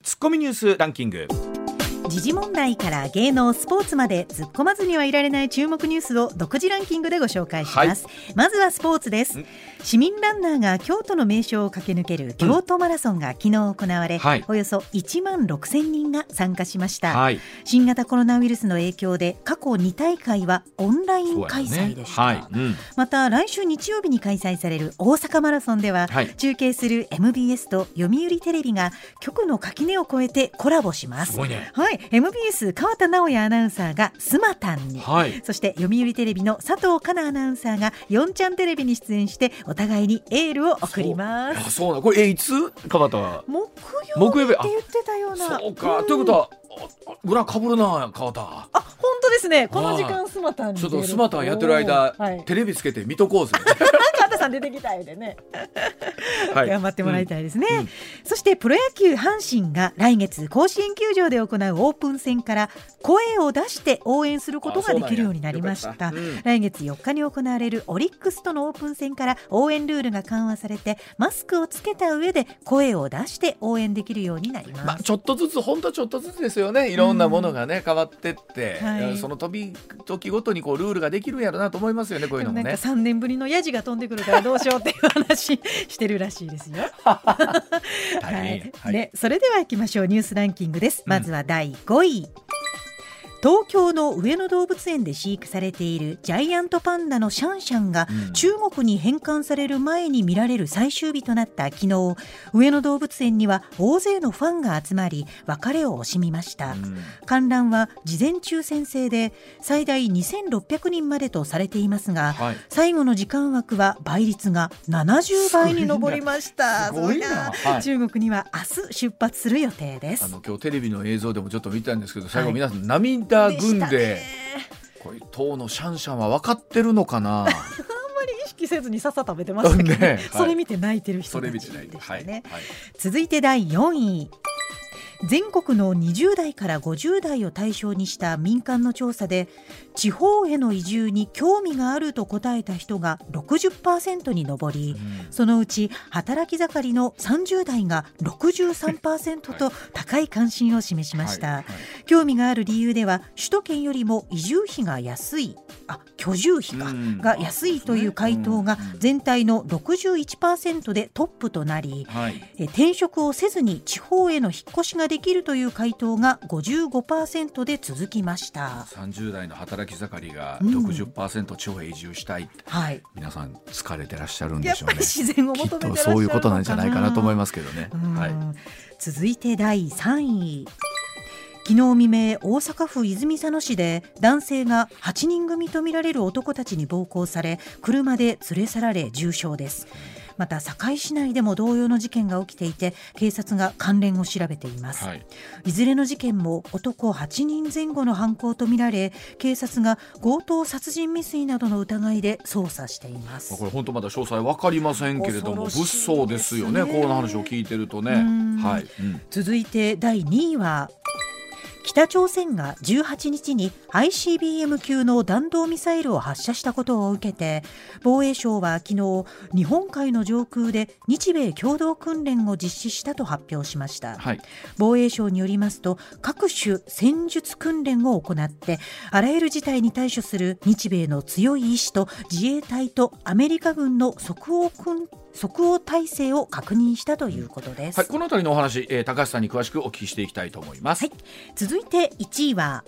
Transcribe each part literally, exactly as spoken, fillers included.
ツッコミニュースランキング。 時事問題から芸能スポーツまで突っ込まずにはいられない注目ニュースを独自ランキングでご紹介します、はい、まずはスポーツです。市民ランナーが京都の名所を駆け抜ける京都マラソンが昨日行われ、うんはい、およそいちまんろくせんにんが参加しました、はい、新型コロナウイルスの影響で過去に大会はオンライン開催でした、ねはいうん、また来週日曜日に開催される大阪マラソンでは、はい、中継する エムビーエス と読売テレビが局の垣根を越えてコラボします。すごいね、はい、エムビーエス 川田直也アナウンサーがスマタンに、はい、そして読売テレビの佐藤香奈アナウンサーがよんちゃんテレビに出演してお互いにエールを送ります。 そう、そうなこれえいつ川田は木曜日って言ってたような。 そうか、うん、ということは裏かぶるな川田。 あ、本当ですね。この時間スマタンに出る。 ちょっとスマタンやってる間、はい、テレビつけて見とこうぜ川田さん出てきたいでね、はい、頑張ってもらいたいですね、うんうん、そしてプロ野球阪神が来月甲子園球場で行うオープン戦から声を出して応援することができるようになりました。うん、来月よっかに行われるオリックスとのオープン戦から応援ルールが緩和されてマスクをつけた上で声を出して応援できるようになります。まあ、 ちょっとずつ本当ちょっとずつですよね。いろんなものがね、うん、変わってって、はい、その時々ごとにこうルールができるんやろなと思いますよね。こういうのもね。なんかさんねんぶりのヤジが飛んでくるからどうしようっていう話してるらしいですよはいはい、でそれでは行きましょう。ニュースランキングです。まずはだいごい、うん、東京の上野動物園で飼育されているジャイアントパンダのシャンシャンが中国に返還される前に見られる最終日となった昨日、上野動物園には大勢のファンが集まり別れを惜しみました。うん、観覧は事前抽選制で最大にせんろっぴゃくにんまでとされていますが、はい、最後の時間枠は倍率がななじゅうばいに上りました。 すごいな。 はい、中国には明日出発する予定です。 あの今日テレビの映像でもちょっと見たんですけど、最後皆さん、はい、涙ぐんで、これ当のシャンシャンは分かってるのかなあんまり意識せずにさっさ食べてましたけど、ねはい、それ見て泣いてる人たちでしたね、はいはい、続いてだいよんい、全国のにじゅうだいからごじゅうだいを対象にした民間の調査で地方への移住に興味があると答えた人が ろくじゅっパーセント に上り、うん、そのうち働き盛りのさんじゅうだいが ろくじゅうさんパーセント と高い関心を示しました。はいはいはい、興味がある理由では首都圏よりも移住費が安いあ居住費か、うん、が安いという回答が全体の ろくじゅういちパーセント でトップとなり、はい、え転職をせずに地方への引っ越しができるという回答が ごじゅうごパーセント で続きました。 さんじゅうだいの働き盛りが ろくじゅっパーセント 地方へ移住したい、うんはい、皆さん疲れてらっしゃるんでしょうね。 やっぱり自然を求めてらっしゃるのかな。 きっとそういうことなんじゃないかなと思いますけどね。はい、 続いてだいさんい、昨日未明、大阪府泉佐野市で男性がはちにん組とみられる男たちに暴行され車で連れ去られ重傷です。また堺市内でも同様の事件が起きていて警察が関連を調べています。はい、いずれの事件も男はちにんぜん後の犯行とみられ警察が強盗殺人未遂などの疑いで捜査しています。 これ本当まだ詳細分かりませんけれども、物騒ですよね。この話を聞いてるとね。はいうん、 続いてだいにいは北朝鮮がじゅうはちにちに アイシービーエム 級の弾道ミサイルを発射したことを受けて防衛省は昨日日本海の上空で日米共同訓練を実施したと発表しました。はい、防衛省によりますと各種戦術訓練を行ってあらゆる事態に対処する日米の強い意志と自衛隊とアメリカ軍の即応訓即応体制を確認したということです。 はい、このあたりのお話、えー、高橋さんに詳しくお聞きしていきたいと思います。 はい、続いていちいは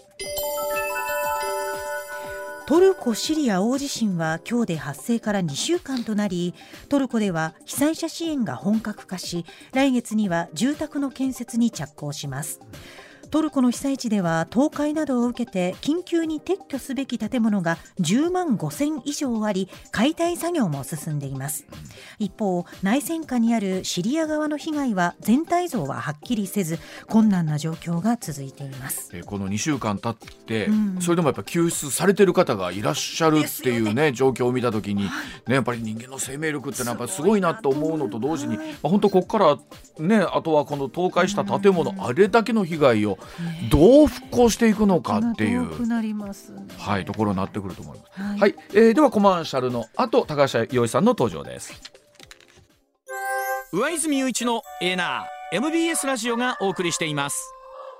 トルコ・シリア大地震は今日で発生からにしゅうかんとなり、トルコでは被災者支援が本格化し来月には住宅の建設に着工します。トルコの被災地では倒壊などを受けて緊急に撤去すべき建物がじゅうまんごせん以上あり解体作業も進んでいます。一方内戦下にあるシリア側の被害は全体像ははっきりせず困難な状況が続いています。 えこのにしゅうかん経って、うん、それでもやっぱ救出されている方がいらっしゃるっていう ね, ね状況を見たときに、ね、やっぱり人間の生命力ってのはやっぱすごいなと思うのと同時に、まあ、本当ここから、ね、あとはこの倒壊した建物、うん、あれだけの被害をどう復興していくのかっていう、はい、ところになってくると思います。はいはいえー、ではコマーシャルの後高橋洋一さんの登場です。 上泉雄一のエーナーエムビーエス ラジオがお送りしています。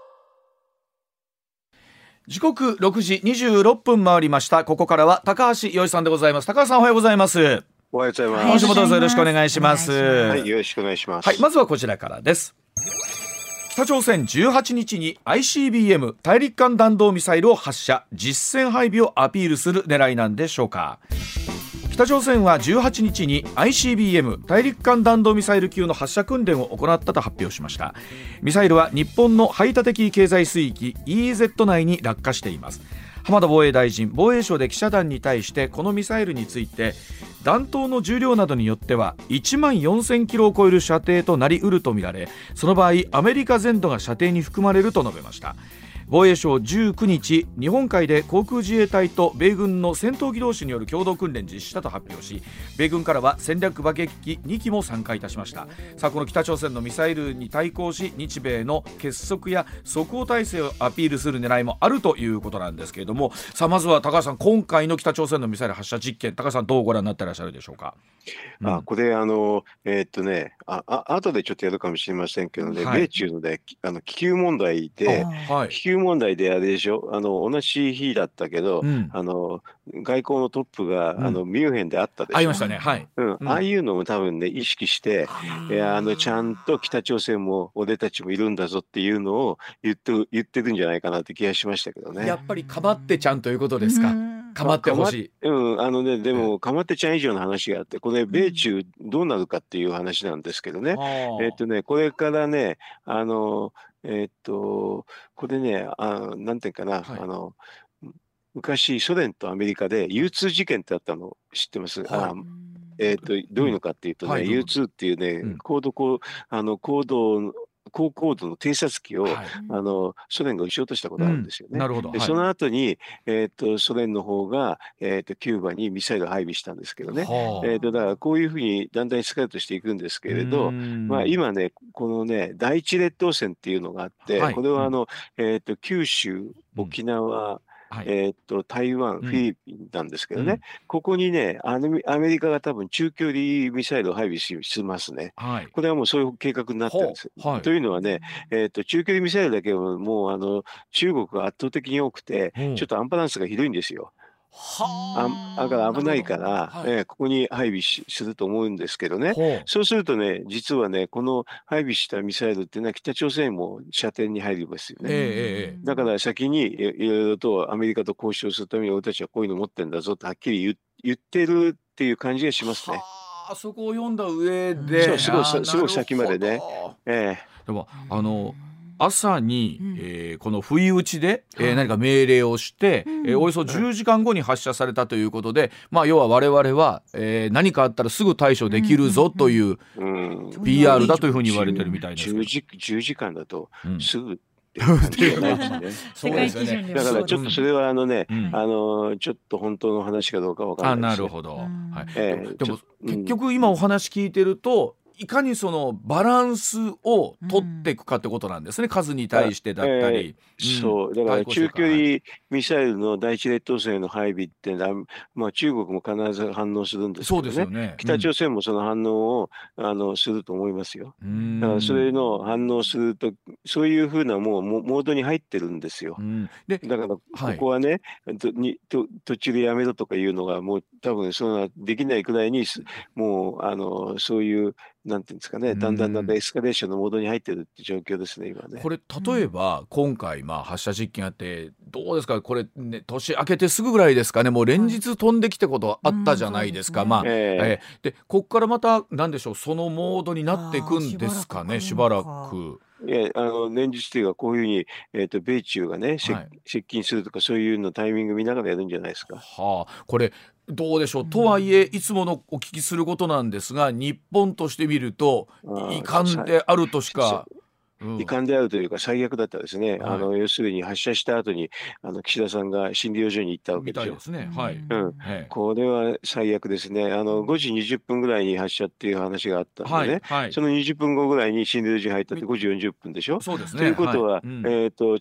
時刻ろくじにじゅうろっぷん回りました。ここからは高橋洋一さんでございます。高橋さん、おはようございます。 おはようございます。 今週もどうぞよろしくお願いします。 はい、よろしくお願いします。 はい、まずはこちらからです。北朝鮮じゅうはちにちに アイシービーエム 大陸間弾道ミサイルを発射、実戦配備をアピールする狙いなんでしょうか。北朝鮮はじゅうはちにちに アイシービーエム 大陸間弾道ミサイル級の発射訓練を行ったと発表しました。ミサイルは日本の排他的経済水域 イーイーゼット 内に落下しています。浜田防衛大臣、防衛省で記者団に対してこのミサイルについて、弾頭の重量などによってはいちまんよんせんキロを超える射程となりうるとみられ、その場合アメリカ全土が射程に含まれると述べました。防衛省じゅうくにち、日本海で航空自衛隊と米軍の戦闘機同士による共同訓練実施したと発表し、米軍からは戦略爆撃機にきも参加いたしました。さあ、この北朝鮮のミサイルに対抗し、日米の結束や即応体制をアピールする狙いもあるということなんですけれども、さあまずは高橋さん、今回の北朝鮮のミサイル発射実験、高橋さんどうご覧になっていらっしゃるでしょうか。 うん、あこれあのえー、っとねああ後でちょっとやるかもしれませんけどね、はい、米中の、ね、あの気球問題で、はい、気球問題であれでしょ、あの同じ日だったけど、うん、あの外交のトップが、うん、あのミュンヘンであったでしょ。 ありましたね、はい、 うん、ああいうのも多分ね意識して、いやあのちゃんと北朝鮮も俺たちもいるんだぞっていうのを言って言ってるんじゃないかなって気がしましたけどね。 やっぱりかまってちゃんということですか。かまってほしい。 うん、あのね、でもかまってちゃん以上の話があって、これ米中どうなるかっていう話なんですけどね、うん、えっとねこれからねあのえっとこれねあなんていうかな、はい、あの昔ソ連とアメリカで ユーツー 事件ってあったの知ってます？はい、あえー、とどういうのかっていうとね、うんはい、ユーツー っていうね、うん、高度高あの高度高高度の偵察機を、はい、あのソ連が撃ち落としたことがあるんですよね。うん、なるほど。で、はい、その後に、えー、とソ連の方が、えー、とキューバにミサイルを配備したんですけどね。えー、とだからこういうふうにだんだんエスカレートしていくんですけれど、まあ、今ねこのね第一列島線っていうのがあって、はい、これはあの、うんえー、と九州沖縄、うんはい、えー、っと台湾、フィリピンなんですけどね、うん、ここにねアメリカが多分中距離ミサイルを配備 し, しますね、はい、これはもうそういう計画になってるんです、はい、というのはね、えー、っと中距離ミサイルだけはもうあの中国が圧倒的に多くて、うん、ちょっとアンバランスがひどいんですよ。はあだから危ないから、はいえー、ここに配備しすると思うんですけどね、そうするとね実はねこの配備したミサイルっていうのは北朝鮮も射程に入りますよね、えー、だから先にいろいろとアメリカと交渉するために俺たちはこういうの持ってんだぞってはっきり 言, 言ってるっていう感じがしますね。 あそこを読んだ上で、 うん、すごいすごい先までね、えー、でもあの朝に、うんえー、この不意打ちで、えー、何か命令をして、うんえー、およそじゅうじかんごに発射されたということで、まあ、要は我々は、えー、何かあったらすぐ対処できるぞという、うんうん、ピーアール だというふうに言われてるみたいですけど、 じゅうじかんだとすぐ、うんそうですよね。だからちょっとそれはあのね、うん、あのちょっと本当の話かどうかわからないです、ね。 あ、なるほど。はい。えー、でも結局今お話聞いてると。いかにそのバランスを取っていくかってことなんですね、うん、数に対してだったり、 えーうん、そうだから中距離ミサイルの第一列島線の配備ってのは、まあ、中国も必ず反応するんですけど ね, そうですよね、うん、北朝鮮もその反応をあのすると思いますよ。だからそれの反応するとそういうふうなもうモードに入ってるんですよ、うん、でだからここはね、はい、とにと途中でやめろとかいうのがもう多分そんなできないくらいにもうあのそういうなんていうんですかね、だんだんだんだんエスカレーションのモードに入ってるって状況ですね今ね。 これ例えば今回まあ発射実験あってどうですか、これ、ね、年明けてすぐぐらいですかね、もう連日飛んできたことあったじゃないですか、うん、まあ、えーえー、でここからまたなんでしょう、そのモードになっていくんですかね、しばらく。 いやあの連日というかこういうふうに、えー、と米中がね、はい、接近するとかそういうのタイミング見ながらやるんじゃないですか。 はあ、これどうでしょう、とはいえいつものお聞きすることなんですが、日本として見ると遺憾であるとしか、 うん、遺憾であるというか最悪だったですね、はい、あの要するに発射した後にあの岸田さんが診療所に行ったわけでしょ。みたいですね、はい、うん、これは最悪ですね。あのごじにじゅっぷんぐらいに発射っていう話があったんでね、はいはい、そのにじゅっぷんごぐらいに診療所に入ったってごじよんじゅっぷんでしょ。そうですね。ということは、はいうん、えーと着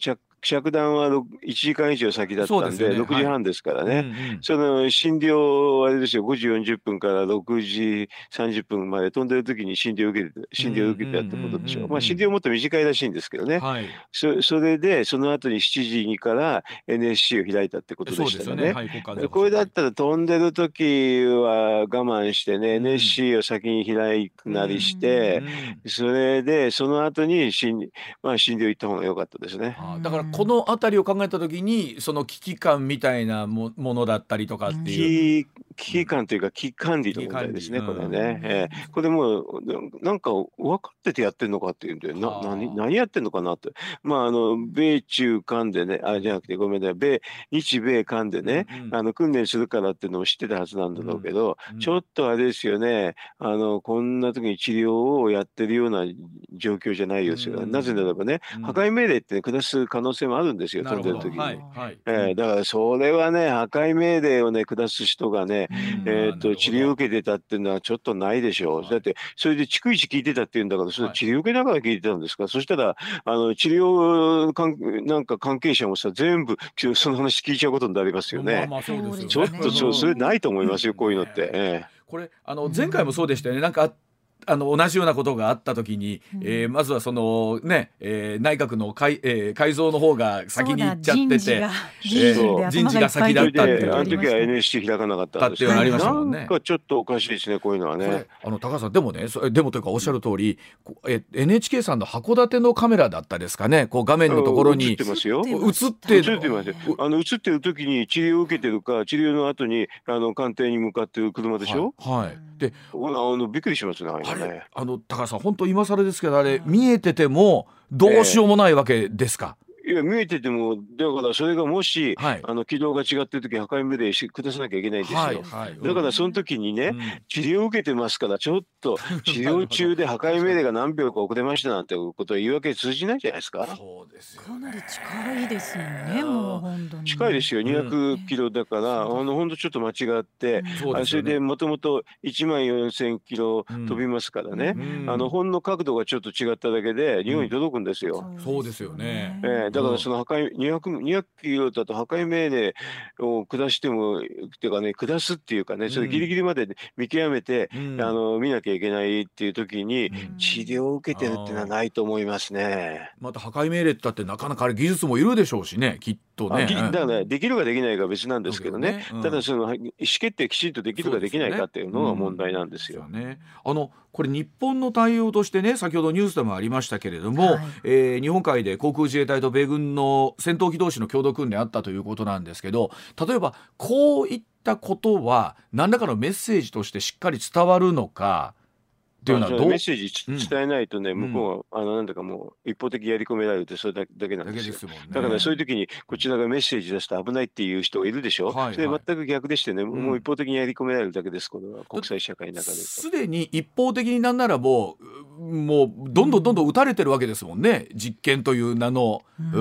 着弾はいちじかん以上先だったんで、 ね、 ろくじはんですからね、はい、うんうん、その診療あれですよ、ごじよんじゅっぷんからろくじさんじゅっぷんまで飛んでる時に診療を受けて診療を受けてたってことでしょう。まあ診療もっと短いらしいんですけどね、はい、そ, それでその後にしちじにから エヌエスシー を開いたってことでしたよね。はい、これだったら飛んでる時は我慢してね、うん、エヌエスシー を先に開くなりして、うん、それでその後に診、まあ、診療行った方が良かったですね。 あ、だからこのあたりを考えた時にその危機感みたいな も, ものだったりとかっていう、 危機感というか危機管理の問題ですね、これね、えー、これもうなんか分かっててやってんのかっていうんで、な何何やってんのかなって、まああの米中韓でね、あじゃなくてごめんなさい、米日米韓でね、うんうん、あの訓練するからっていうのを知ってたはずなんだろうけど、うんうん、ちょっとあれですよね、あのこんな時に治療をやってるような状況じゃないですよ、うん、なぜならばね、うん、破壊命令って、ね、下す可能性もあるんですよ、飛んでる時に、はいはい、えー、だからそれはね、破壊命令をね下す人がね、えー、と治療を受けてたっていうのはちょっとないでしょう、はい、だってそれで逐一聞いてたっていうんだから、それ治療受けながら聞いてたんですか、はい、そしたらあの治療関なんか関係者もさ全部その話聞いちゃうことになりますよね。ちょっと そ, それないと思いますよ、こういうのって、えー、 これあの前回もそうでしたよね、なんかあの同じようなことがあった時に、うん、えー、まずはそのね、えー、内閣の改、えー、改造の方が先に行っちゃってて、人事が、 えー、 人事が先だったっていう、 あの時は エヌエスシー 開かなかったんです、 ね、なんかちょっとおかしいですね、こういうのはね。 あの高橋さん、でもね、そでもというかおっしゃる通り、え エヌエイチケー さんの函館のカメラだったですかね、こう画面のところに映ってますよ、 映って映ってますよ、あの映ってる時に治療を受けてるか、治療の後にあの官邸に向かってる車でしょ、 はい、はい、であのびっくりしますね、あれね。 あれあの高橋さん、本当今更ですけど、あれ見えててもどうしようもないわけですか。 えーいや見えてても、だからそれがもし、はい、あの軌道が違ってる時破壊命令し下さなきゃいけないんですよ、はいはい、うん、だからその時にね、うん、治療を受けてますから、ちょっと治療中で破壊命令が何秒か遅れましたなんてことを言い訳通じないじゃないですか。 そうですよね、かなり近いですよね、もう本当に近いですよ、にひゃくキロだから、うん、あの本当ちょっと間違って、うん、あそれでもともといちまんよんせんキロ飛びますからね、うん、あのほんの角度がちょっと違っただけで日本に届くんですよ、 うん、そうですよね、 えー、だからその破壊にひゃく、にひゃくキロだと破壊命令を下してもっていうかね、下すっていうかね、それギリギリまで見極めて、うん、あの見なきゃいけないっていう時に、うん、治療を受けてるっていうのはないと思いますね。 また破壊命令ってだってなかなかあれ技術もいるでしょうしね、きっとね。 だからね、できるかできないかは別なんですけどね、ね、うん、ただその意思決定きちんとできるかできないかっていうのが問題なんですよ。 そうですよね、うん、あのこれ日本の対応としてね、先ほどニュースでもありましたけれども、はい、えー、日本海で航空自衛隊と米軍の戦闘機同士の共同訓練あったということなんですけど、例えばこういったことは何らかのメッセージとしてしっかり伝わるのかっていうのはどう、 メッセージ伝えないとね、うん、向こうはあのなんだかもう一方的にやり込められるってそれだけなんですよ。ですもんね、だから、ね、そういう時にこちらがメッセージ出すと危ないっていう人がいるでしょ、はいはい、それ全く逆でしてね、うん、もう一方的にやり込められるだけです、この国際社会の中ですでに一方的になんならもうもうどんどんどんどん撃たれてるわけですもんね、実験という名の、 うん、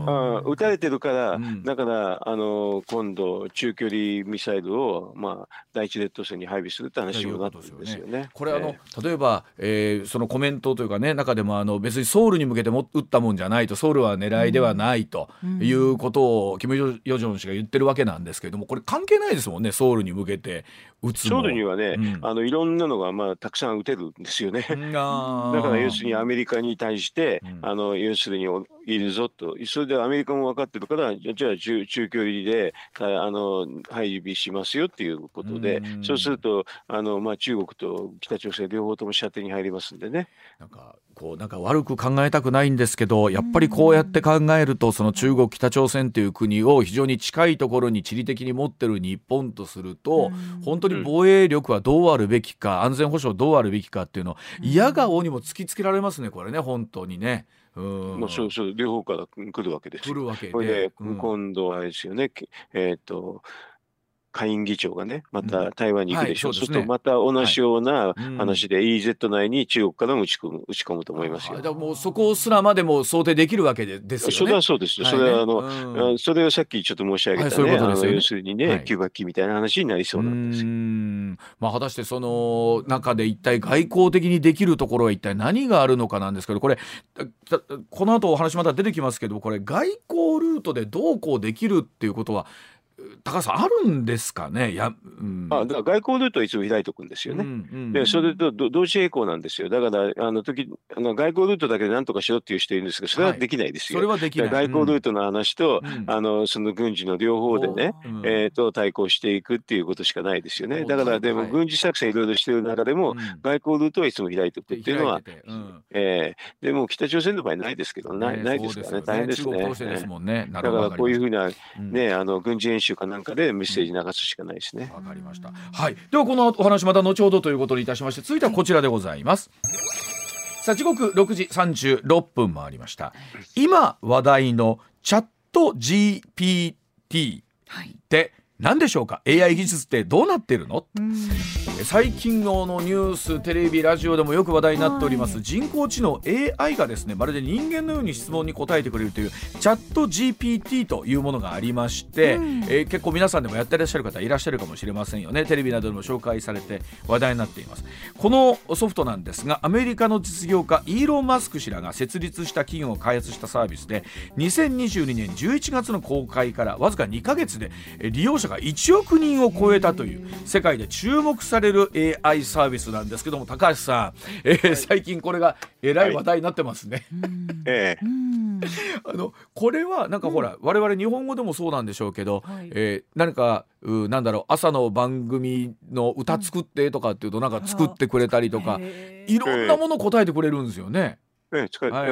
あ撃たれてるから、うん、だからあの今度中距離ミサイルを、まあ、第一列島線に配備するって話になってるんですよね。 これあの、えー、例えば、えー、そのコメントというかね、中でもあの別にソウルに向けても撃ったもんじゃないと、ソウルは狙いではないということをキム・ヨジョン氏が言ってるわけなんですけれども、これ関係ないですもんね、ソウルに向けて撃つも。 ソウルにはね、うん、あのいろんなのが、まあ、たくさん撃てるんですよね。だから要するにアメリカに対して、うん、あの要するにいるぞと、それでアメリカも分かってるから、じゃあ 中, 中距離であの配備しますよっていうことで、うん、そうするとあの、まあ、中国と北朝鮮両方とも射程に入りますんでね。 なんかこうなんか悪く考えたくないんですけど、やっぱりこうやって考えると、その中国北朝鮮という国を非常に近いところに地理的に持ってる日本とすると、本当に防衛力はどうあるべきか、安全保障どうあるべきかっていうのを嫌顔にも突きつけられますね、これね、本当にね。うん、 もうそうそう両方から来るわけですよ。 来るわけで、 これで、うん、今度はあれですよね、えーと下院議長がねまた台湾に行くでしょ、うん、はい、そうするとまた同じような話で イーゼット 内に中国からも打ち込む、打ち込むと思いますよ。 だからもうそこすらまでも想定できるわけですよね。 それはそうですよ、はいね、それはあの、うん、それをさっきちょっと申し上げたね、はい、ううね、あの要するにね、はい、キューバ機みたいな話になりそうなんですよ。うーん、 まあ、果たしてその中で一体外交的にできるところは一体何があるのかなんですけど、これこの後お話また出てきますけど、これ外交ルートでどうこうできるっていうことは高橋さんあるんですかね。や、うん、 あ、だから外交ルートはいつも開いておくんですよね、うんうん、でそれと同時並行なんですよ。だからあの時あの外交ルートだけで何とかしろっていう人いるんですけど、それはできないですよ、はい、それはできない。外交ルートの話と、うん、あのその軍事の両方でね、うん、えー、と対抗していくっていうことしかないですよね。だからでも軍事作戦いろいろしてる中でも、うん、外交ルートはいつも開いておくっていうのは、うん、えー、でも北朝鮮の場合ないですけど、ない、ね、ないですからね、大変ですね。 中国ですもんね。 だからこういうふうな、ね、うん、あの軍事演習かなんかでメッセージ流すしかないですね。 わかりました。はい、ではこのお話また後ほどということにいたしまして、続いてはこちらでございます。さあ時刻ろくじさんじゅうろっぷん回りました。今話題のチャット ジーピーティー って何でしょうか。 エーアイ 技術ってどうなってるの。最近のニュース、テレビ、ラジオでもよく話題になっております、はい、人工知能 エーアイ がですね、まるで人間のように質問に答えてくれるというチャット ジーピーティー というものがありまして、うん、えー、結構皆さんでもやってらっしゃる方いらっしゃるかもしれませんよね。テレビなどでも紹介されて話題になっています。このソフトなんですが、アメリカの実業家イーロン・マスク氏らが設立した企業を開発したサービスで、にせんにじゅうにねんじゅういちがつの公開からわずかにかげつで利用者がいちおくにんを超えたという世界で注目される エーアイ サービスなんですけども、高橋さん、えーはい、最近これがえらい話題になってますね、はい、あのこれはなんかほら、うん、我々日本語でもそうなんでしょうけど、はい、えー、何かうなんだろう、朝の番組の歌作ってとかっていうとなんか作ってくれたりとか、いろんなもの答えてくれるんですよね。 ええ、使はい、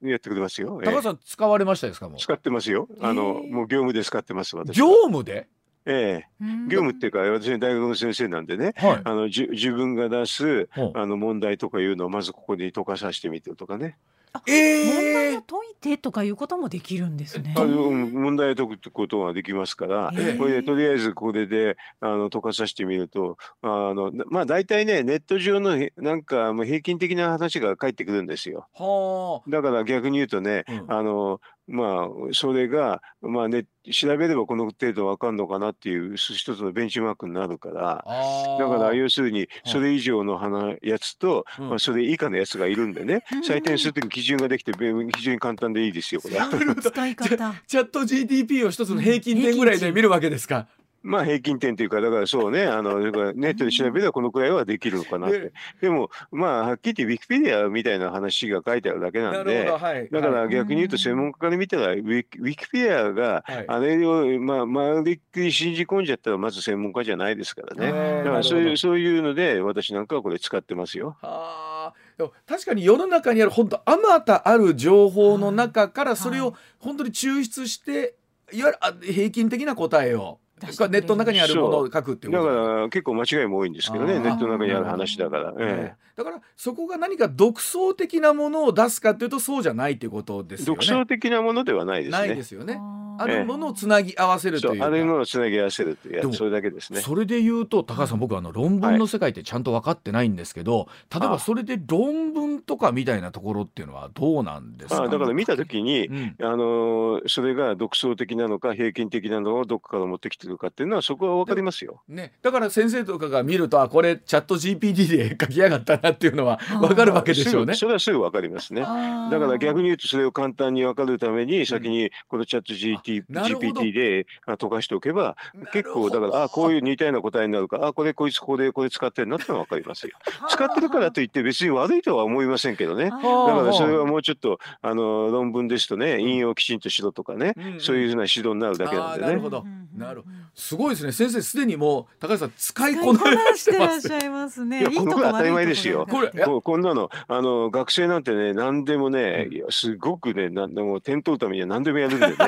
やってくれますよ。 高橋さん使われましたですか。もう使ってますよ。あのもう業務で使ってます。私業務でええ、業務っていうか私は大学の先生なんでね、はい、あのじ自分が出すあの問題とかいうのをまずここに解かさせてみてとかね。 あ、えー、問題を解いてとかいうこともできるんですね。 あの問題を解くってことはできますから、えー、これでとりあえずこれであの解かさせてみると、あのまあ大体ねネット上のなんかもう平均的な話が返ってくるんですよ。はあ、だから逆に言うとね、うん、あのまあそれがまあね調べればこの程度わかんのかなっていう一つのベンチマークになるから、だから要するにそれ以上の花やつと、うん、まあ、それ以下のやつがいるんでね、うん、採点するときに基準ができて非常に簡単でいいですよこれ。 使い方チャット ジーティーピー を一つの平均点ぐらいで見るわけですか。 まあ平均点というか、だからそうね、あのネットで調べればこのくらいはできるのかなって。でもまあはっきり言ってウィキペディアみたいな話が書いてあるだけなんで、はい、だから逆に言うと専門家から見たらウィキ、ウィキペディアがあれをまあまるっきり信じ込んじゃったらまず専門家じゃないですからね。だからそういうそういうので私なんかはこれ使ってますよ。 はあ、確かに世の中にある本当あまたある情報の中からそれを本当に抽出していわゆる平均的な答えをネットの中にあるものを書くっていうことだから結構間違いも多いんですけどね、ネットの中にある話だから、ええ、 だからそこが何か独創的なものを出すかっていうとそうじゃないっていうことですよね。 独創的なものではないですね。 ないですよね。あるものをつなぎ合わせるというか、 あるものをつなぎ合わせるという、それだけですね。 それで言うと高橋さん、僕はあの論文の世界ってちゃんと分かってないんですけど、はい、例えばそれで論文とかみたいなところっていうのはどうなんですか。 あだから見たときに、うん、あのそれが独創的なのか平均的なのをどこから持ってきてるかっていうのはそこは分かりますよ、 ね、だから先生とかが見るとあこれチャット ジーピーティー で書きやがったなっていうのは分かるわけでしょうね。 それはすぐ分かりますね。だから逆に言うとそれを簡単に分かるために先にこのチャット ジーピーティー で溶かしておけば結構だからあこういう似たような答えになるからあこれこいつここでこれ使ってるなってのは分かりますよ。使ってるからといって別に悪いとは思いませんけどね。だからそれはもうちょっとあの論文ですとね引用をきちんとしろとかね、うんうん、そういうふうな指導になるだけなんでね。 なるほどなるほど。すごいですね先生すでにもう高橋さん使いこなしてらっしゃいますね。 いやこのくらい当たり前ですよ。これこんなのあの学生なんてね何でもね、うん、いやすごくね何でも点取るためには何でもやるんでね。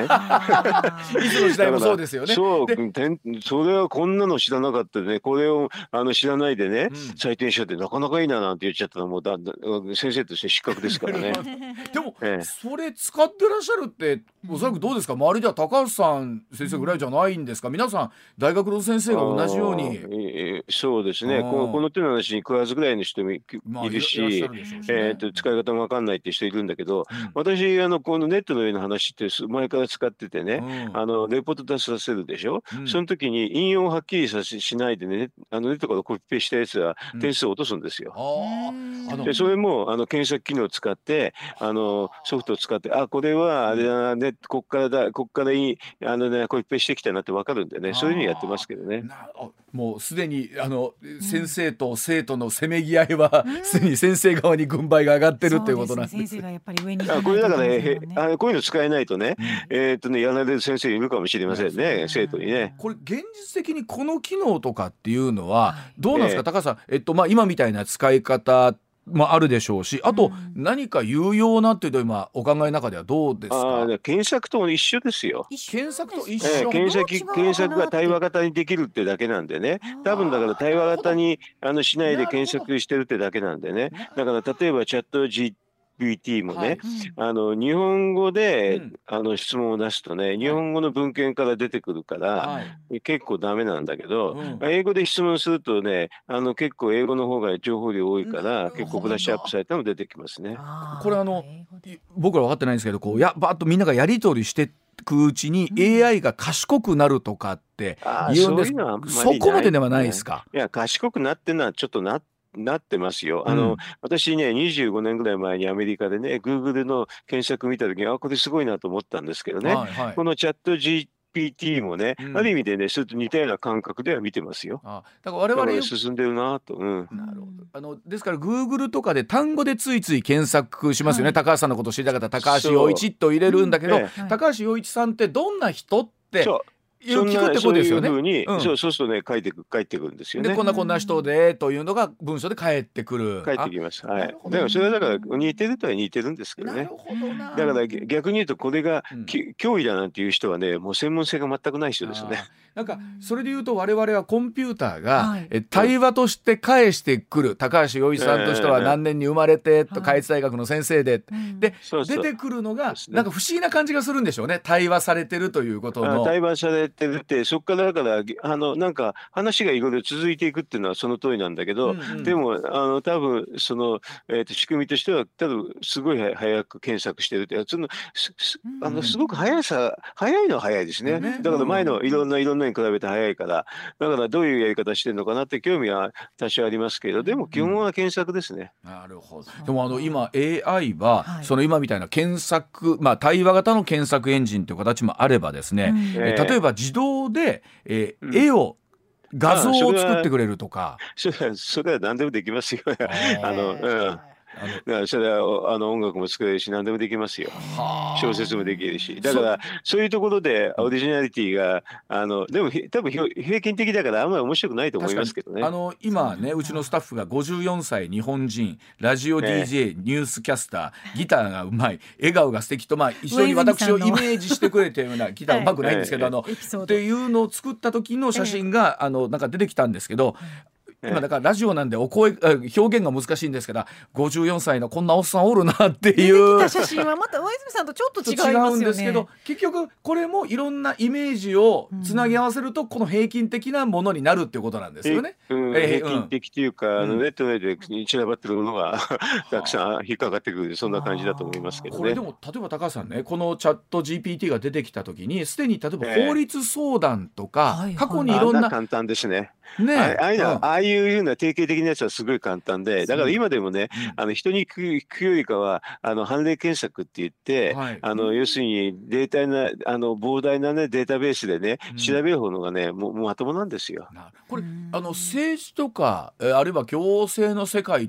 いつの時代もそうですよね。 そうそれはこんなの知らなかったね、これをあの知らないでね、うん、採点しちゃってなかなかいいななんて言っちゃったらもうだ先生として失格ですからね。 でも、ええ、それ使ってらっしゃるっておそらくどうですか、周りでは高橋さん先生ぐらいじゃないんですか、皆さん大学の先生が同じように。 えー、そうですね、この、この手の話に食わずぐらいの人もいるし、えー、と使い方も分かんないって人いるんだけど、うん、私あのこのネットの上の話って前から使っててね、うん、あのレポート出させるでしょ、うん、その時に引用をはっきりさせしないでね、あのネットからコピペしたやつは点数を落とすんですよ。うん、でそれもあの検索機能を使ってあのソフトを使って、あこれはあれだね、こっからだこっからいいあのねコピペしてきたなって分かるんでね、そういうふうにやってますけどね。 もうすでにあの、うん、先生と生徒のせめぎ合いはすで、うん、に先生側に軍配が上がってるっていうことなんです。 先生がやっぱり上に、 あこれだからね、あのこういうの使えないとね、うん、えー、っとねやられる先生いるかもしれませんね、生徒にね。 これ現実的にこの機能とかっていうのはどうなんですか、えー、高橋さん、えっとまあ、今みたいな使い方もあるでしょうし、あと何か有用なっていうと今お考えの中ではどうですか。 あ検索と一緒ですよ。 検索と一緒、 えー、検索検索が対話型にできるってだけなんでね、多分だから対話型にあのしないで検索してるってだけなんでね、だから例えばチャット ジーピーティー もね、はい、あの日本語で、うん、あの質問を出すとね、日本語の文献から出てくるから、はい、結構ダメなんだけど、うん、英語で質問するとね、あの結構英語の方が情報量多いから、結構ブラッシュアップされても出てきますね。 これあの僕ら分かってないんですけど、こうやバーッとみんながやり取りしていくうちに エーアイ が賢くなるとかって言うんです、うん、そういうそこまでではないですか。 いや賢くなってるのはちょっとなってなってますよ。あの、うん、私ねにじゅうごねんぐらい前にアメリカでね Google の検索見た時にあこれすごいなと思ったんですけどね、はいはい、このチャット ジーピーティー もね、うん、ある意味でねそれと似たような感覚では見てますよ。あだから我々進んでるなと、うん、 なるほど。あのですから Google とかで単語でついつい検索しますよね、はい、高橋さんのことを知りたかったら高橋陽一と入れるんだけど、うんええ、高橋陽一さんってどんな人ってそうそんなそういうふうに、うん、そうそうするとね書いてく書いてくるんですよね。 でこんなこんな人でというのが文章で返ってくる。 返ってきます。はい。だからそれはだから似てるとは似てるんですけどね。なるほどな。だから逆に言うとこれが、うん、脅威だなんていう人はねもう専門性が全くない人ですよね。 なんかそれで言うと我々はコンピューターが、はい、え対話として返してくる、高橋陽一さんとしては何年に生まれて、と開越大学の先生で、はい、でそうそう出てくるのがなんか不思議な感じがするんでしょうね。対話されてるということの。 対話されてるってそこからだからあのなんか話がいろいろ続いていくっていうのはその通りなんだけど、うんうん、でもあの多分その、えー、と仕組みとしては多分すごい早く検索してるってそのすあのすごく速さ早いのは早いですね、うん、だから前のいろんないろんなに比べて早いから、だからどういうやり方してるのかなって興味は多少ありますけど、でも基本は検索ですね、 うん、なるほど。でもあの今 エーアイ は、はい、その今みたいな検索、まあ、対話型の検索エンジンという形もあればですね、うんえー、例えば自動で、えーうん、絵を画像を作ってくれるとか、 それはそれは何でもできますよあの、うんだからそれはあの音楽も作れるし何でもできますよ。小説もできるし、だからそういうところでオリジナリティがあのでも多分平均的だからあんまり面白くないと思いますけどね。 あの今ねうちのスタッフがごじゅうよんさい日本人ラジオ ディージェー、ね、ニュースキャスターギターがうまい笑顔が素敵と、まあ、一緒に私をイメージしてくれてるようなギターうまくないんですけど、はい、あのっていうのを作った時の写真が、えー、あのなんか出てきたんですけど、今だからラジオなんでお声表現が難しいんですけどごじゅうよんさいのこんなおっさんおるなっていう出てきた写真はまた大泉さんとちょっと違いますよね。 違うんですけど結局これもいろんなイメージをつなぎ合わせるとこの平均的なものになるっていうことなんですよね。 うん、平均的というか、うん、あのネット内で散らばってるものがたくさん引っかかってくるそんな感じだと思いますけどね。 これでも例えば高橋さんねこのチャット ジーピーティー が出てきた時にすでに例えば法律相談とか、えー、過去にいろんな、 あんな簡単ですね。ね、あ, あ, あ, いうの、うん、ああいうような定型的なやつはすごい簡単で、だから今でもね、うん、あの人に聞くよりかはあの判例検索って言って、はい、あの要するにデータなあの膨大な、ね、データベースでね、うん、調べる方のがねもうまともなんですよ。 これあの政治とかあるいは行政の世界とかっ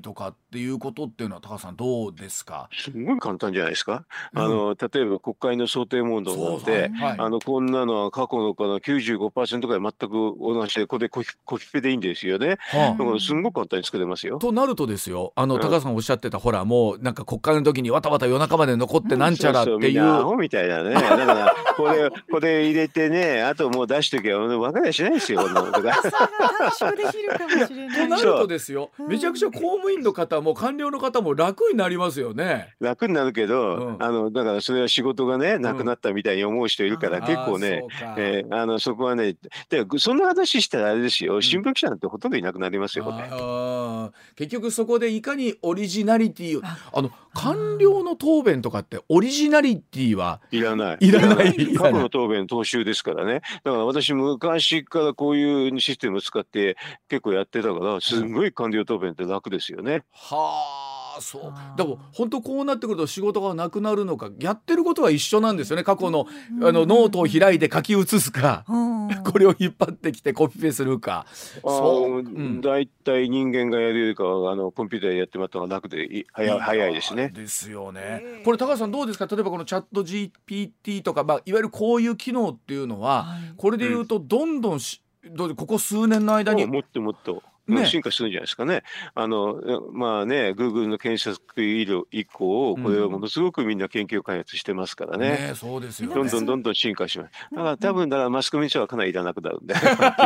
っていうことっていうのは高橋さんどうですか？ すごい簡単じゃないですか。うん、あの例えば国会の想定問答なんて、はい、あのこんなのは過去のこの きゅうじゅうごパーセント ぐらい全く同じでこれコピコピペでいいんですよね。はあ、だからすごく簡単に作れますよ。 となるとですよ、あの高橋さんおっしゃってた、うん、ほらもうなんか国会の時にわたわた夜中まで残ってなんちゃらっていう、うん、そうそうみんなアホみたいなね。だからこれこれ入れてね、あともう出しときゃ分かりゃしないですよ。 短縮できるかもしれない。 となるとですよ、めちゃくちゃ公務員の方も官僚の方も楽になりますよね。 楽になるけど、うん、あのだからそれは仕事がねなくなったみたいに思う人いるから、うん、結構ね、えー、あのそこはね、でそんな話したらあれですよ、新聞記者なんてほとんどいなくなりますよ、これ。 あ結局そこでいかにオリジナリティを、あの官僚の答弁とかってオリジナリティはいらないいらない過去の答弁踏襲ですからね。だから私昔からこういうシステムを使って結構やってたから、すごい官僚答弁って楽ですよね。 はあ、そうでも本当こうなってくると仕事がなくなるのか、やってることは一緒なんですよね。過去の、あのノートを開いて書き写すか、これを引っ張ってきてコピペするか。 そう、うん、だいたい人間がやるよりかはあのコンピューターでやってもらった方が楽で早い早いですね。 ですよね。これ高橋さんどうですか？例えばこのチャット ジーピーティー とか、まあ、いわゆるこういう機能っていうのは、はい、これでいうとどんどんし、どうここ数年の間にもっともっとね、進化するんじゃないですかね。あのまあね、Google の検索以降、これをものすごくみんな研究開発してますからね。 ね、そうですよね。 どんどんどんどん進化します。だから多分だからマスコミの人はかなりいらなくなるんで。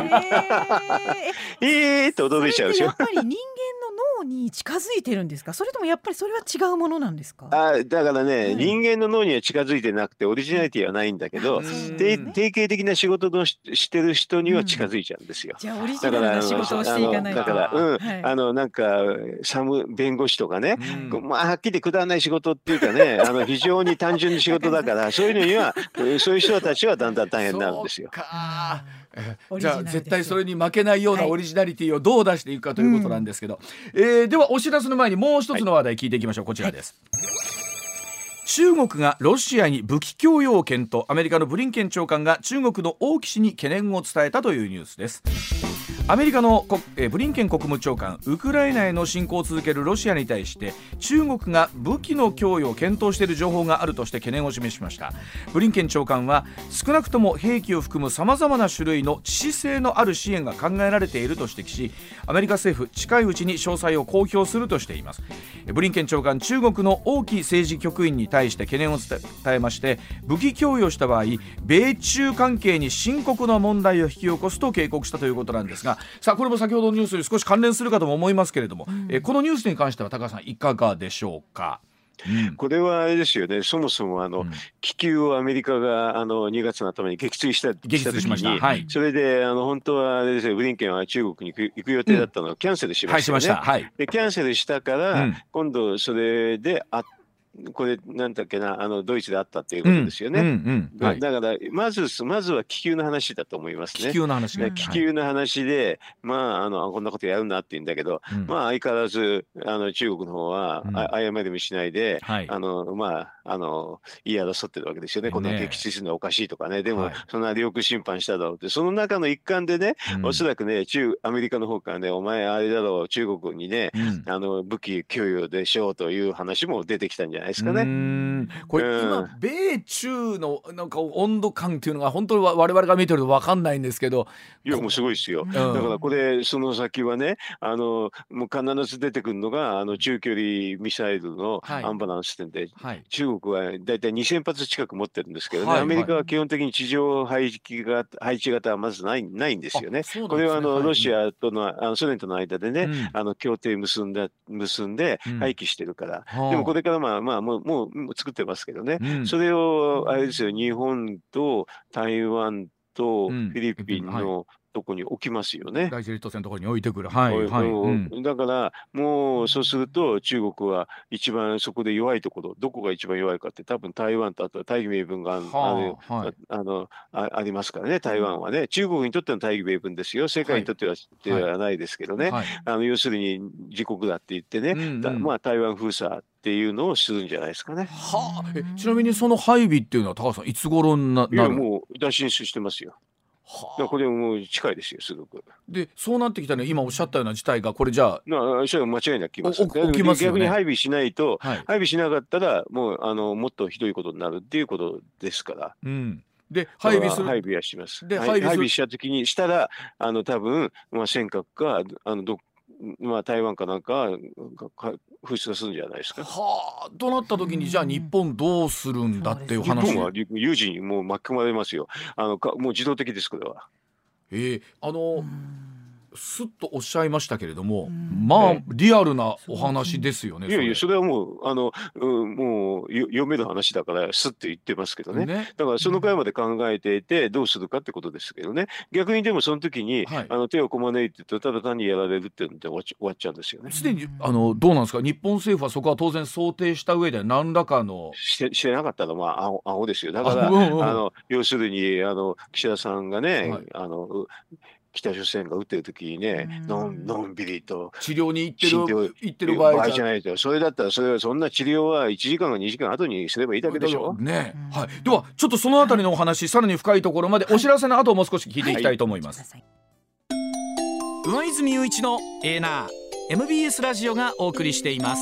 えーって驚いちゃうでしょ。 やっぱり人間の脳に近づいてるんですか？それともやっぱりそれは違うものなんですか？ あだからね、はい、人間の脳には近づいてなくてオリジナリティはないんだけど、定型的な仕事のししてる人には近づいちゃうんですよ。 うん、じゃあオリジナルな仕事をしていかないと。 だから、うん、はい、あのなんかサム弁護士とかね、うん、まあはっきりくだらない仕事っていうかね、あの非常に単純な仕事だからそういうのにはそういう人たちはだんだん大変になるんですよ。 そうか。じゃあ絶対それに負けないようなオリジナリティをどう出していくかということなんですけど、はい、えー、ではお知らせの前にもう一つの話題聞いていきましょう。こちらです。はい、中国がロシアに武器供与を検討。アメリカのブリンケン長官が中国の王毅氏に懸念を伝えたというニュースです。アメリカのえブリンケン国務長官、ウクライナへの侵攻を続けるロシアに対して中国が武器の供与を検討している情報があるとして懸念を示しました。ブリンケン長官は少なくとも兵器を含むさまざまな種類の致死性のある支援が考えられていると指摘し、アメリカ政府近いうちに詳細を公表するとしています。ブリンケン長官、中国の王毅政治局員に対して懸念を伝えまして、武器供与した場合米中関係に深刻な問題を引き起こすと警告したということなんですが、さあこれも先ほどのニュースに少し関連するかとも思いますけれども、うん、えこのニュースに関しては高橋さんいかがでしょうか？ うん、これはあれですよね、そもそもあの、うん、気球をアメリカがあのにがつの頭に撃墜した撃墜しました、はい、 それであの本当はあれですよ、ブリンケンは中国に行く、行く予定だったのをキャンセルしましたよね。 はい、しました。はい、 でキャンセルしたから、うん、今度それであこれなんだっけな、あのドイツであったっていうことですよね。うんうんうん、はい、だからまずまずは気球の話だと思いますね。 気球の話ね。 気球の話で、まああのこんなことやるなって言うんだけど、うん、まあ相変わらずあの中国の方は、うん、謝りもしないで、はい、あのまああの言い争ってるわけですよね。こんな撃墜するのはおかしいとかね。でも、はい、そんな領空侵犯しただろうって、その中の一環でね、うん、おそらくね中アメリカの方からね、お前あれだろう中国にね、うん、あの武器供与でしょうという話も出てきたんじゃないですかね。うーんこれ今、うん、米中のなんか温度感っていうのが本当に我々が見てると分かんないんですけど、 いやもうすごいですよ、うん、だからこれその先はね、あのもう必ず出てくるのがあの中距離ミサイルのアンバランス点で、はい、中国はだいたいにせんぱつ近く持ってるんですけどね、はい、アメリカは基本的に地上配置型、配置型はまずないないんですよね。すねこれはあの、はい、ロシアとの、あのソ連との間でね、うん、あの協定結んだ結んで廃棄してるから、うん、でもこれからまあまあもうもう作ってますけどね、うん、それをあれですよ、日本と台湾とフィリピンのとこに置きますよね。 大事立島のところに置いてくる。はいはい。 うん、だからもうそうすると中国は一番そこで弱いところ、どこが一番弱いかって多分台湾とあとは大義名分が あ, る、はあはい、あの あ, ありますからね。台湾はね、中国にとっての大義名分ですよ。世界にとっては、はい、ではないですけどね、はい、あの要するに自国だって言ってね、うんうん、まあ台湾封鎖っていうのをするんじゃないですかね。 はあ、えちなみにその配備っていうのは高橋さんいつ頃になる？ いやもう打診してますよ。 らこれもう近いですよすごく。 でそうなってきたら今おっしゃったような事態がこれじゃあなそれは間違いなくきます。 起きますよね。 逆に配備しないと、 はい、 配備しなかったらもうあのもっとひどいことになるっていうことですから。 うん、で配備する配備はします。 で配備配備した時にしたらあの多分まあ尖閣かあのどまあ台湾かなんかか噴出するんじゃないですか。 はあ、となった時にじゃあ日本どうするんだっていう話。 日本は有事にもう巻き込まれますよ。あのかもう自動的ですこれは。 えー、あのすっとおっしゃいましたけれども、まあリアルなお話ですよね。 いやいやそれはもうあの、うん、もう読める話だからすって言ってますけどね。ねだからそのくらいまで考えていてどうするかってことですけどね。逆にでもその時に、はい、あの手をこまねいてただ単にやられるっていうので終わっちゃ終わっちゃうんですよね。 すでにあのどうなんですか日本政府はそこは当然想定した上で何らかのしてしてなかったらまあ青青ですよ。だからあ、うんうん、あの要するにあの岸田さんがね、はい、あの北朝鮮が撃ってる時にね、のんのんびりと治療に行ってる行ってる場合じゃないと。それだったらそれはそんな治療はいちじかんかにじかん後にすればいいだけでしょ。 ね、はい。ではちょっとそのあたりのお話、はい、さらに深いところまでお知らせの後もう少し聞いていきたいと思います。はい、 上泉雄一のエーナー エムビーエス ラジオがお送りしています。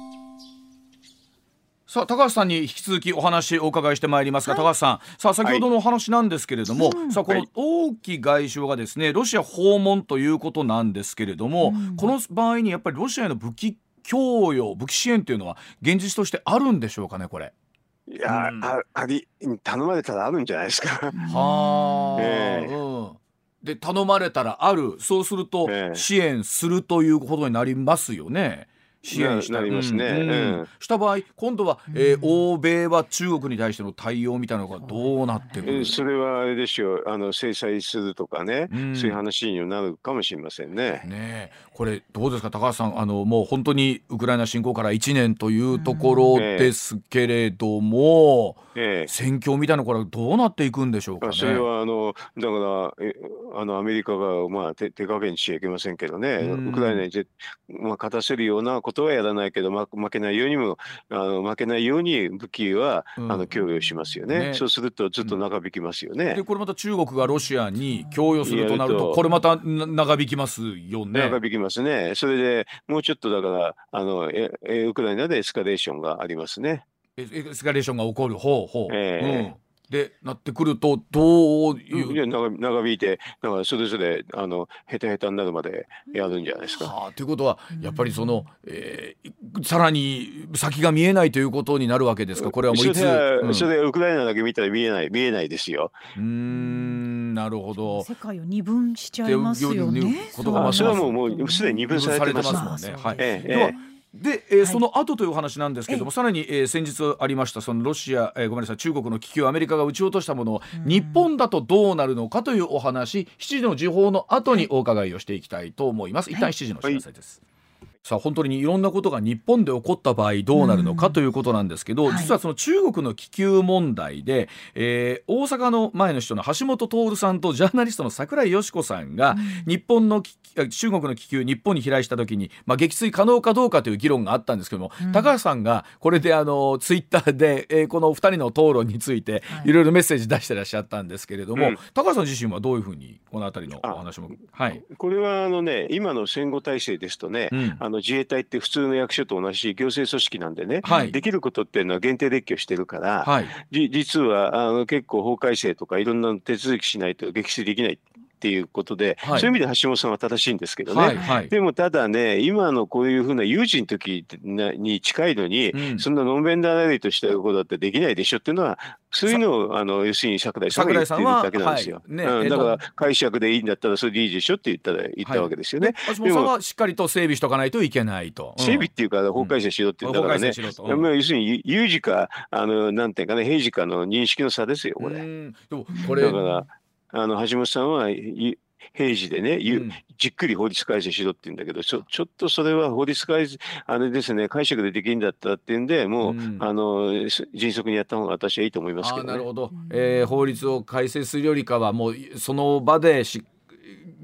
さあ高橋さんに引き続きお話お伺いしてまいりますが、はい、高橋さんさあ先ほどのお話なんですけれども、はい、さあこの王毅外相がですねロシア訪問ということなんですけれども、うん、この場合にやっぱりロシアへの武器供与武器支援というのは現実としてあるんでしょうかねこれ。 いや、うん、あ, あり頼まれたらあるんじゃないですか。 はあ、えーうん、で頼まれたらあるそうすると支援するということになりますよね。支援したなりますね、うんうんうん、した場合今度は、えー、欧米は中国に対しての対応みたいなのがどうなってくる。 それはあれでしょうあの制裁するとかね、うん、そういう話になるかもしれませんね。 ねこれどうですか高橋さんあのもう本当にウクライナ侵攻からいちねんというところですけれども、うんええ、戦況みたいなこれはどうなっていくんでしょうかね。 それはあのだからえあのアメリカが、まあ、手, 手加減しちゃいけませんけどね、うん、ウクライナに、まあ、勝たせるようなことはやらないけど、ま、負けないようにもあの負けないように武器は、うん、あの供与しますよね、ね。そうするとずっと長引きますよね、うん、 でこれまた中国がロシアに供与するとなるとこれまた長引きますよね。 長引きますね。それでもうちょっとだからあのええウクライナでエスカレーションがありますね。 エスカレーションが起こる方法、えーうんでなってくるとどういう、 うん、いや 長, 長引いてだからそれぞれあのヘタヘタになるまでやるんじゃないですか。 はあ、ということはやっぱりその、えー、さらに先が見えないということになるわけですか。これはもういつ、 それは、うん、それはウクライナだけ見たら見えない見えないですよ。 うーんなるほど。 世界を二分しちゃいますよね。 ことがそれはもうもうすでに二分されてますもんね。はい、ええではで、えーはい、その後というお話なんですけども、さらに、えー、先日ありましたそのロシア、えー、ごめんなさい中国の気球アメリカが撃ち落としたものを日本だとどうなるのかというお話しちじの時報の後にお伺いをしていきたいと思います。一旦しちじのお知らせです。はいさあ本当にいろんなことが日本で起こった場合どうなるのかということなんですけど、うん、実はその中国の気球問題で、えー、大阪の前の市長の橋本徹さんとジャーナリストの櫻井よし子さんが、うん、日本の中国の気球日本に飛来した時に、まあ、撃墜可能かどうかという議論があったんですけども、うん、高橋さんがこれであのツイッターで、えー、このふたりの討論についていろいろメッセージ出してらっしゃったんですけれども、うん、高橋さん自身はどういうふうにこのあたりのお話も、はい、 これはあの、ね、今の戦後体制ですとね、うん、あの自衛隊って普通の役所と同じ行政組織なんでね、はい、できることっていうのは限定列挙してるから、はい、じ実はあの結構法改正とかいろんな手続きしないと撃墜できないっていうことで、はい、そういう意味で橋本さんは正しいんですけどね、はいはい、でもただね今のこういうふうな有事の時に近いのに、うん、そんなのんべんだらりとしたことだってできないでしょっていうのはそういうのをあの要するに櫻井さんが言ってるだけなんですよ、はいねうん、だから解釈でいいんだったらそれでいいでしょって言ったら言ったわけですよね、 はい、橋本さんはしっかりと整備しとかないといけないと、 うん、整備っていうか法改正しろって言ったからね、うん、要するに有事かあのなんていうかね平時かの認識の差ですよこれ。うんでもこれだからあの橋本さんは平時でね、うん、じっくり法律改正しろって言うんだけどち ょ, ちょっとそれは法律改正あれですね解釈でできるんだったらっていうんでもう、うん、あの迅速にやった方が私はいいと思いますけどね。 あなるほど、えー、法律を改正するよりかはもうその場でし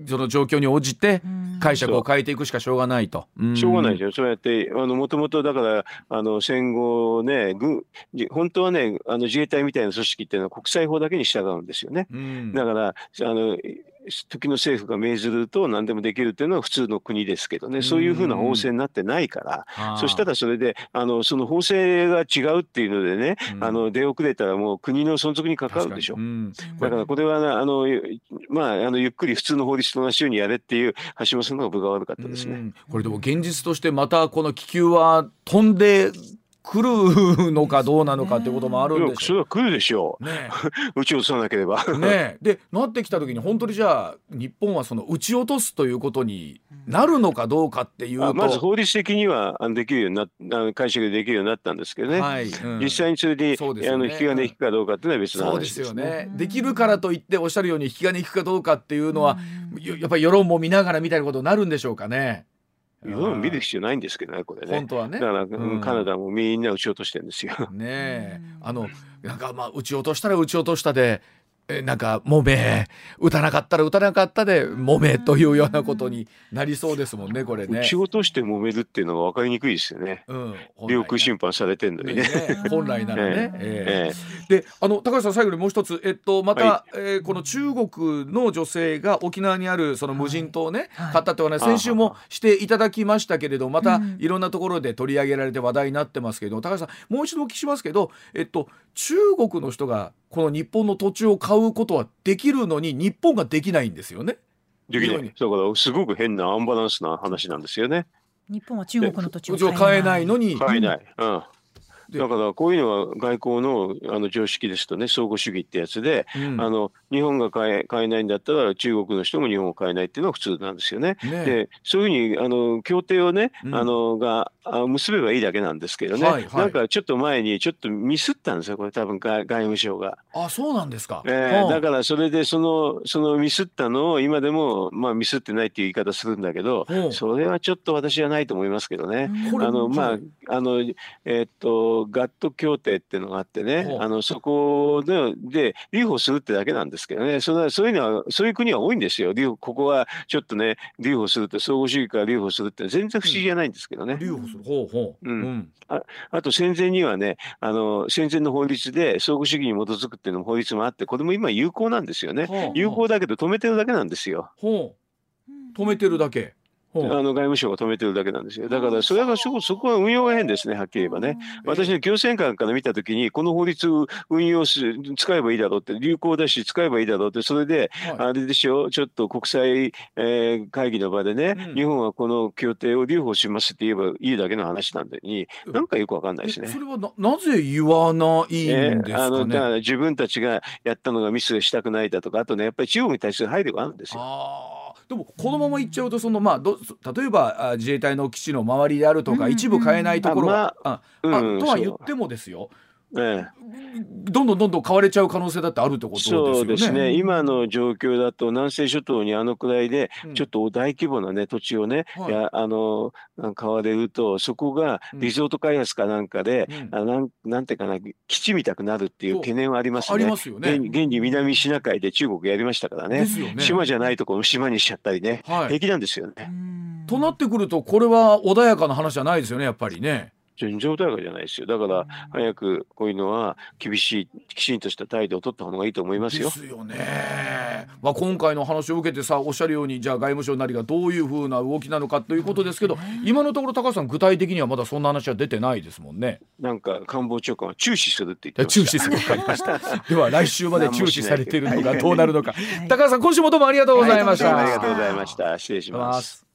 その状況に応じて解釈を変えていくしかしょうがないと。 しょうがないですよ。そうやってもともとだからあの戦後ね、軍本当はねあの自衛隊みたいな組織っていうのは国際法だけに従うんですよね。だからあの時の政府が命ずると何でもできるっていうのは普通の国ですけどね、そういうふうな法制になってないから、そしたらそれであのその法制が違うっていうのでね、うん、あの出遅れたらもう国の存続に関わるでしょ。うん、だからこれは、ね、あのまああのゆっくり普通の法律と同じようにやれっていう橋本さんの方が分が悪かったですね。うん、 これでも現実としてまたこの気球は飛んで来るのかどうなのかってこともあるんでしょう。 それは来るでしょう、ね、撃ち落とさなければね。でなってきた時に本当にじゃあ日本はその撃ち落とすということになるのかどうかっていうと、 まず法律的にはできるようになっ解釈できるようになったんですけどね、はい、うん、実際にそれで、ね、あの引き金引くかどうかっていうのは別の話ですね。 そうですよね。できるからといっておっしゃるように引き金引くかどうかっていうのはやっぱり世論も見ながらみたいなことになるんでしょうかね。 世論見る必要ないんですけどね、これね。 本当はね。 だから、うん、カナダもみんな撃ち落としてるんですよ。 ねえ、あのなんかまあ撃ち落としたら撃ち落としたで。えなんかもめ打たなかったら打たなかったでもめというようなことになりそうですもんね、これね。 撃ち落としてもめるっていうのが分かりにくいですよね。うん、領空侵犯されてるのにね。 ね本来ならね。えーえー、であの高橋さん最後にもう一つ、えっと、また、はい、えー、この中国の女性が沖縄にあるその無人島をね、はい、買ったってお話先週もしていただきましたけれど、またいろんなところで取り上げられて話題になってますけど、高橋さんもう一度お聞きしますけど、えっと、中国の人がこの日本の土地を買うことはできるのに日本ができないんですよね。 できない。だからすごく変なアンバランスな話なんですよね。 日本は中国の土地を買えない。買えないのに買えない。うん。だからこういうのは外交のあの常識ですとね、相互主義ってやつで、うん、あの日本が買え、買えないんだったら中国の人も日本を買えないっていうのが普通なんですよね。ねでそういうふうにあの協定をね、うん、あのがあ結べばいいだけなんですけどね、はいはい、なんかちょっと前にちょっとミスったんですよ、これ多分外務省が。 あ、そうなんですか。 えー、だからそれでそのそのミスったのを今でも、まあ、ミスってないっていう言い方するんだけど、それはちょっと私はないと思いますけどね。あのまああのえー、っとガット協定っていうのがあってね、あのそこでで留保するってだけなんですけどね、それそういうのはそういう国は多いんですよ。ここはちょっとね留保するって、相互主義から留保するって全然不思議じゃないんですけどね。 留保する。ほうほう。うん。 あ, あと戦前にはね、あの戦前の法律で相互主義に基づくっていうのも法律もあって、これも今有効なんですよね。ほう有効だけど止めてるだけなんですよ。 ほう。止めてるだけ。 あの外務省が止めてるだけなんですよ。だからそれがそこ、そこは運用が変ですね、はっきり言えばね。私の行政官から見たときに、この法律運用す使えばいいだろうって、有効だし使えばいいだろうって、それで、はい、あれでしょ、ちょっと国際、えー、会議の場でね、うん、日本はこの協定を留保しますって言えばいいだけの話なんでに、なんかよくわかんないですね。 それは な, なぜ言わないんですかね。えー、あのだから自分たちがやったのがミスしたくないだとか、あとね、やっぱり中国に対する配慮があるんですよ。 あでもこのままいっちゃうとその、まあ、ど例えば自衛隊の基地の周りであるとか、うん、一部買えないところが、あ、まあうん、とは言ってもですよ、ええ、どんどんどんどん買われちゃう可能性だってあるってことですよね。 そうですね。今の状況だと南西諸島にあのくらいでちょっと大規模な、ね、土地をね、うん、やあの買われると、そこがリゾート開発かなんかで、うん、あなんなんていうかな、基地みたくなるっていう懸念はありますね。ありますよね。現に南シナ海で中国やりましたからね。ですよね。島じゃないところを島にしちゃったりね、はい、平気なんですよね。 となってくるとこれは穏やかな話じゃないですよね、やっぱりね。 全然穏やかじゃないですよ。だから早くこういうのは厳しい、きちんとした態度を取った方がいいと思いますよ。 ですよね。まあ、今回の話を受けてさ、おっしゃるようにじゃあ外務省なりがどういうふうな動きなのかということですけど、今のところ高橋さん具体的にはまだそんな話は出てないですもんね。 なんか官房長官は注視するって言ってました。 注視する。分かりました。では来週まで注視されているのがどうなるのか。高橋さん今週もどうもありがとうございました。 ありがとうございました。失礼します。